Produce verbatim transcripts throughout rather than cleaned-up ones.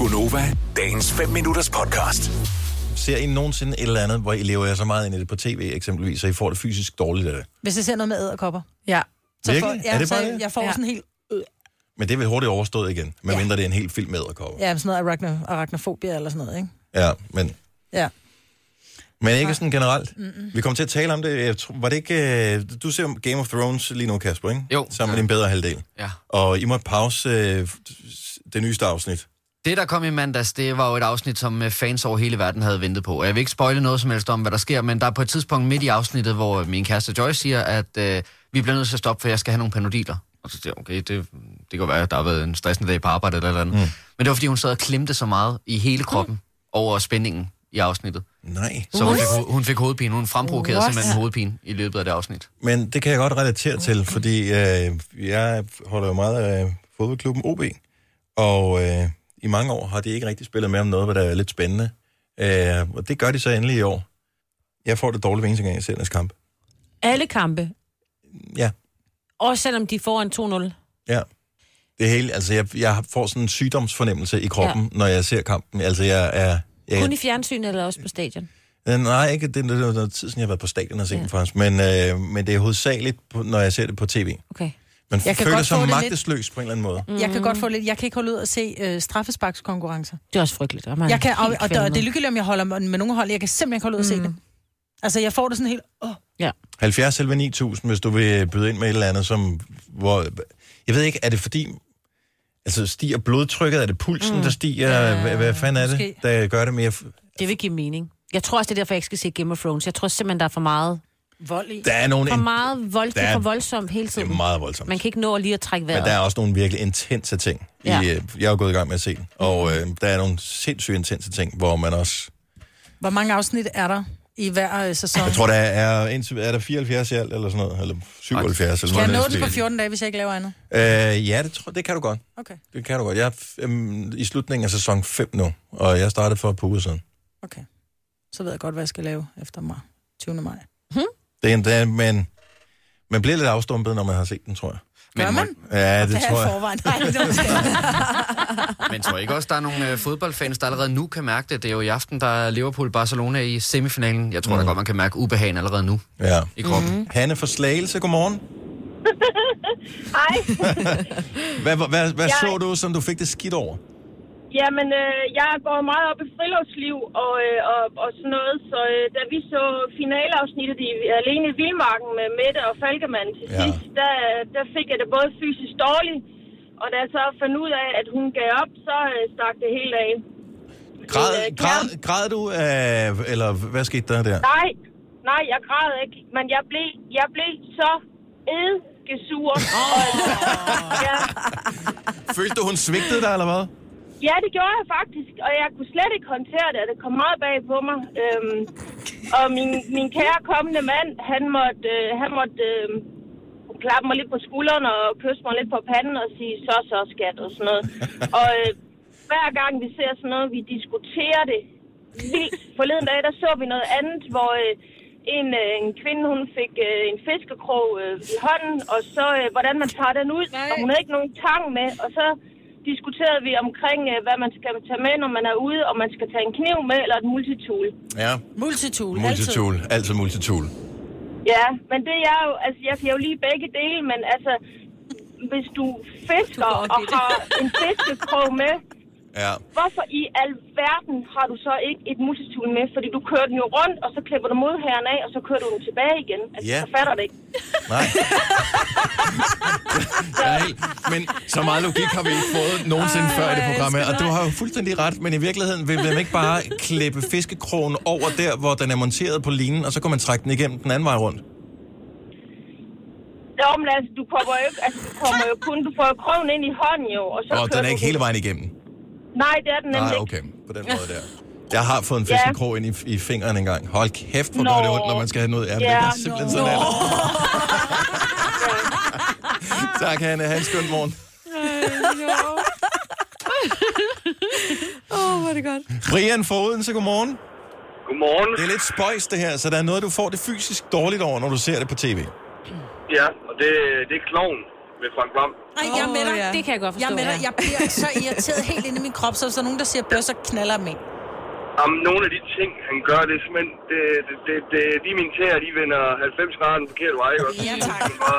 Gonova, dagens fem minutters podcast. Ser I nogensinde et eller andet, hvor I lever jer så meget ind i det på tv eksempelvis, så I får det fysisk dårligt af det? Hvis jeg ser noget med æderkopper. Ja. Så Virkelig? får, ja, Er det bare så det? jeg får Ja. sådan helt... Øh, Men det er vel hurtigt overstået igen, medmindre ja. det er en helt film med æderkopper. ja, sådan noget arachno, arachnofobia eller sådan noget, ikke? Ja, men... Ja. Men ikke sådan generelt. Mm-mm. Vi kommer til at tale om det. Jeg tror, var det ikke... Uh, du ser Game of Thrones lige nu, Kasper, ikke? Jo. Sammen med din bedre halvdel. Ja. Og I må pause uh, det nyeste afsnit. Det, der kom i mandags, det var jo et afsnit, som fans over hele verden havde ventet på. Jeg vil ikke spoile noget som helst om, hvad der sker, men der er på et tidspunkt midt i afsnit, hvor min kæreste Joyce siger, at øh, vi bliver nødt til at stoppe, for jeg skal have nogle Panodiler. Og så siger jeg, okay, det, det kan være, at der har været en stressende dag på arbejde eller eller andet. Mm. Men det var, fordi hun sad og klemte så meget i hele kroppen over spændingen i afsnittet. Nej. Så hun fik, hun fik hovedpine. Hun fremprovokerede What? simpelthen hovedpine i løbet af det afsnit. Men det kan jeg godt relatere til, fordi øh, jeg holder jo meget af fodboldklubben O B. Og øh, i mange år har de ikke rigtig spillet med om noget, hvad der er lidt spændende. Øh, og det gør de så endelig i år. Jeg får det dårligt hver eneste gang, jeg ser deres kamp. Alle kampe. Ja. Også selvom de får en to nul. Ja. Det hele, altså jeg, jeg får sådan en sygdomsfornemmelse i kroppen, ja. når jeg ser kampen. Altså jeg er... Jeg, Kun i fjernsyn eller også på stadion? Nej, ikke. Det, det, det er noget tid siden, jeg har været på stadion og set ja. den faktisk. Men, øh, men det er hovedsageligt, på, når jeg ser det på tv. Okay. Man Jeg kan føler godt sig få det magtesløs lidt... på en eller anden måde. Mm. Jeg kan godt få lidt... Jeg kan ikke holde ud at se øh, straffesparkskonkurrencer. Det er også frygteligt. Man Jeg kan, og, og, og det er ligegyldigt, om jeg holder med, med nogle hold. Jeg kan simpelthen ikke holde ud at se Mm. det. Altså, jeg får det sådan helt... Åh. Ja. halvfjerds selv ni tusind, hvis du vil byde ind med et eller andet, som... Hvor, jeg ved ikke, er det fordi... Altså, stiger blodtrykket? Er det pulsen, mm. der stiger? Ja, hvad, hvad fanden er det, der gør det mere... Det vil give mening. Jeg tror også, det er derfor, jeg ikke skal se Game of Thrones. Jeg tror simpelthen, der er for meget... Vold i. Der er nogle... For meget vold, det er for voldsomt hele tiden. Det er meget voldsomt. Man kan ikke nå at lige at trække vejret. Men der er også nogle virkelig intense ting. Ja. I, jeg er jo gået i gang med at se den. Og øh, der er nogle sindssygt intense ting, hvor man også... Hvor mange afsnit er der i hver øh, sæson? Jeg tror, der er, indtil, er der fireoghalvfjerds i alt, eller sådan noget. Eller syvoghalvfjerds. Eller Skal jeg noget nå af den det på stil. fjorten dage, hvis jeg ikke laver andet? Øh, ja, det, tror, det kan du godt. Okay. Det kan du godt. Jeg er øhm, i slutningen af sæson fem nu, og jeg startede for et par uger siden. Okay. Så ved jeg godt, hvad jeg skal lave efter mig. tyvende maj. Hmm? Det er en dag, men man bliver lidt afstumpet, når man har set den, tror jeg. Gør man? Ja, det, Det tror er jeg. forvejen. Nej, det er måske. Men tror I ikke også, der er nogle øh, fodboldfans, der allerede nu kan mærke det? Det er jo i aften, der er Liverpool-Barcelona i semifinalen. Jeg tror mm. da godt, man kan mærke ubehagen allerede nu Ja. i kroppen. Mm-hmm. Hanne fra Slagelse, godmorgen. Hej. Hvad, hvad, hvad Jeg- så du, som du fik det skidt over? Jamen, øh, jeg går meget op i friluftsliv og, øh, og, og sådan noget, så øh, da vi så finaleafsnittet i Alene i Vildmarken med Mette og Falkemand til Ja. sidst, der, der fik jeg det både fysisk dårligt, og da jeg så fandt ud af, at hun gav op, så øh, stak det hele af. Græd, Men, øh, græd, kære- græd du af, eller hvad skete der der? Nej, nej, jeg græd ikke, men jeg blev, jeg blev så eddikesur. Oh. Ja. Følte du, hun svigtede dig, eller hvad? Ja, det gjorde jeg faktisk, og jeg kunne slet ikke håndtere det, og det kom meget bag på mig. Øhm, og min, min kære kommende mand, han måtte, øh, han måtte øh, klappe mig lidt på skulderen og kysse mig lidt på panden og sige, så, så, skat, og sådan noget. Og øh, hver gang vi ser sådan noget, vi diskuterer det vildt. Forleden dag, der så vi noget andet, hvor øh, en, øh, en kvinde, hun fik øh, en fiskekrog øh, i hånden, og så, øh, hvordan man tager den ud, og hun havde ikke nogen tang med, og så diskuterede vi omkring, hvad man skal tage med, når man er ude, om man skal tage en kniv med, eller et multitool. Ja. Multitool. Multitool. Altid, altid multitool. Ja, men det er jo, altså jeg kan jo lige begge dele, men altså, hvis du fisker du og har en fiskekrog med, ja. hvorfor i alverden har du så ikke et multitool med? Fordi du kører den jo rundt, og så klipper du modherren af, og så kører du den tilbage igen. Altså, Ja. så fatter det ikke. Nej. Ja, helt. Men så meget logik har vi ikke fået nogensinde før i det program her. Og du har jo fuldstændig ret, men i virkeligheden vil man ikke bare klippe fiskekrogen over der, hvor den er monteret på linen, og så kan man trække den igennem den anden vej rundt. Jo, men altså, du kommer jo, ikke, altså, du kommer jo kun, du får jo krogen ind i hånden jo, og så Og kører den er ikke du hele vejen igennem. Nej, det er den nemlig Nej, ikke. okay. På den måde der. Jeg har fået en fiskekrog ind i, i fingeren engang. Hold kæft, hvor gør det ondt, når man skal have noget. Ja, Ja, det er simpelthen sådan er det. Tak, Hanne. Ha' en skøn morgen. Åh, oh, hvor er det godt. Brian fra Odense, godmorgen. Godmorgen. Det er lidt spøjs, det her, så der er noget, du får det fysisk dårligt over, når du ser det på tv. Ja, og det, det er Klovn med Frank Vam. Ej, jeg er med dig. Åh, ja. Det kan jeg godt forstå, Jeg er med dig. ja. Jeg bliver så irriteret helt inde i min krop, så hvis der er nogen, der siger bør, så knaller mig. Om nogle af de ting, han gør, det er simpelthen... Det, det, det, det, de mine tæer, de vender halvfems grader den forkerte vej, ikke også? Ja, tak. Og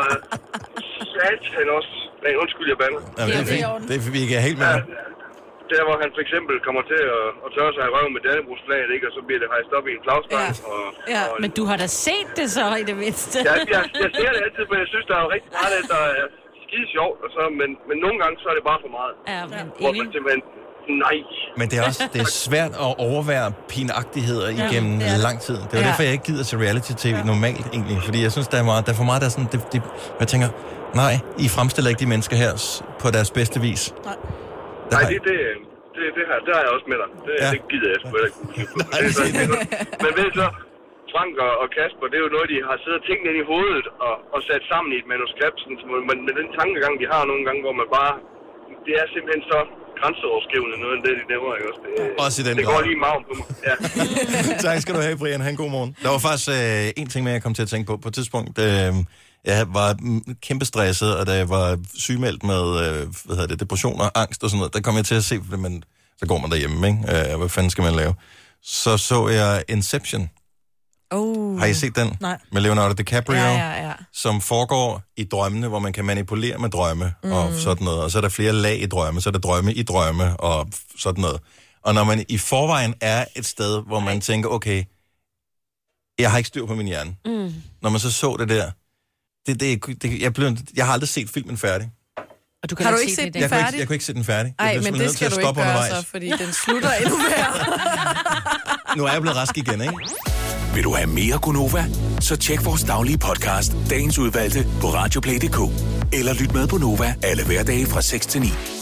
satan også... Nej, undskyld, jeg bander. Jamen, det er fint. Det er, vi er helt med. Ja, der, hvor han for eksempel kommer til at, at tørre sig i røven med Dannebrogsflaget, ikke? Og så bliver det hejst op i en flagstang. Ja. Og, Ja, og, Men du har da set det så i det mindste. jeg, jeg, jeg ser det altid, men jeg synes, der er jo rigtig meget, af det, der er skide sjovt. Og så, men, men nogle gange, så er det bare for meget. Ja, men Hvor man enig. simpelthen... Nej. Men det er også det er svært at overvære pinagtigheder igennem det er det. lang tid. Det er jo Ja. derfor, jeg ikke gider til reality-tv normalt, egentlig. Fordi jeg synes, der er, meget, der er for meget, der er sådan... Det, det, jeg tænker, nej, I fremstiller ikke de mennesker her s- på deres bedste vis. Nej. Der Nej, har- det, det, det, det, her, der er jeg også med dig. Det, Ja. det gider jeg sgu heller ikke. Nej, Det er så- det er det. Men ved du så, Frank og, og Kasper, det er jo noget, de har siddet og tænkt ind i hovedet og, og sat sammen i et manuskript. Sådan, så man, med den tankegang, de har nogle gange, hvor man bare... Det er simpelthen så grænseoverskrivende noget, end det, de nævner, ikke også? Det, Også i den det går grad. lige i maven på mig. Ja. Tak skal du have, Brian. Ha' en god morgen. Der var faktisk øh, en ting mere, jeg kom til at tænke på. På et tidspunkt, øh, jeg var mm, kæmpe stresset, og da jeg var sygemeldt med øh, hvad hedder det, depression og angst og sådan noget, der kom jeg til at se, men så går man derhjemme, ikke? Øh, hvad fanden skal man lave? Så så jeg Inception. Oh. Har I set den? Nej. Med Leonardo DiCaprio, Ja, ja, ja. som foregår i drømmene, hvor man kan manipulere med drømme mm. og sådan noget. Og så er der flere lag i drømme, så er der drømme i drømme og sådan noget. Og når man i forvejen er et sted, hvor man tænker, okay, jeg har ikke styr på min hjerne. Mm. Når man så så det der, det, det, det, jeg, blev, jeg har aldrig set filmen færdig. Og du kan Har du ikke ikke se set det i Jeg dag. kunne, færdig? ikke, jeg kunne ikke se den færdig. Jeg Ej, blev men simpelthen det nødt til skal at du ikke stoppe gøre undervejs. så, fordi den slutter endnu værre. Nu er jeg blevet rask igen, ikke? Vil du have mere Gunova? Så tjek vores daglige podcast, dagens udvalgte, på radioplay punktum d k. Eller lyt med på Nova alle hverdage fra seks til ni.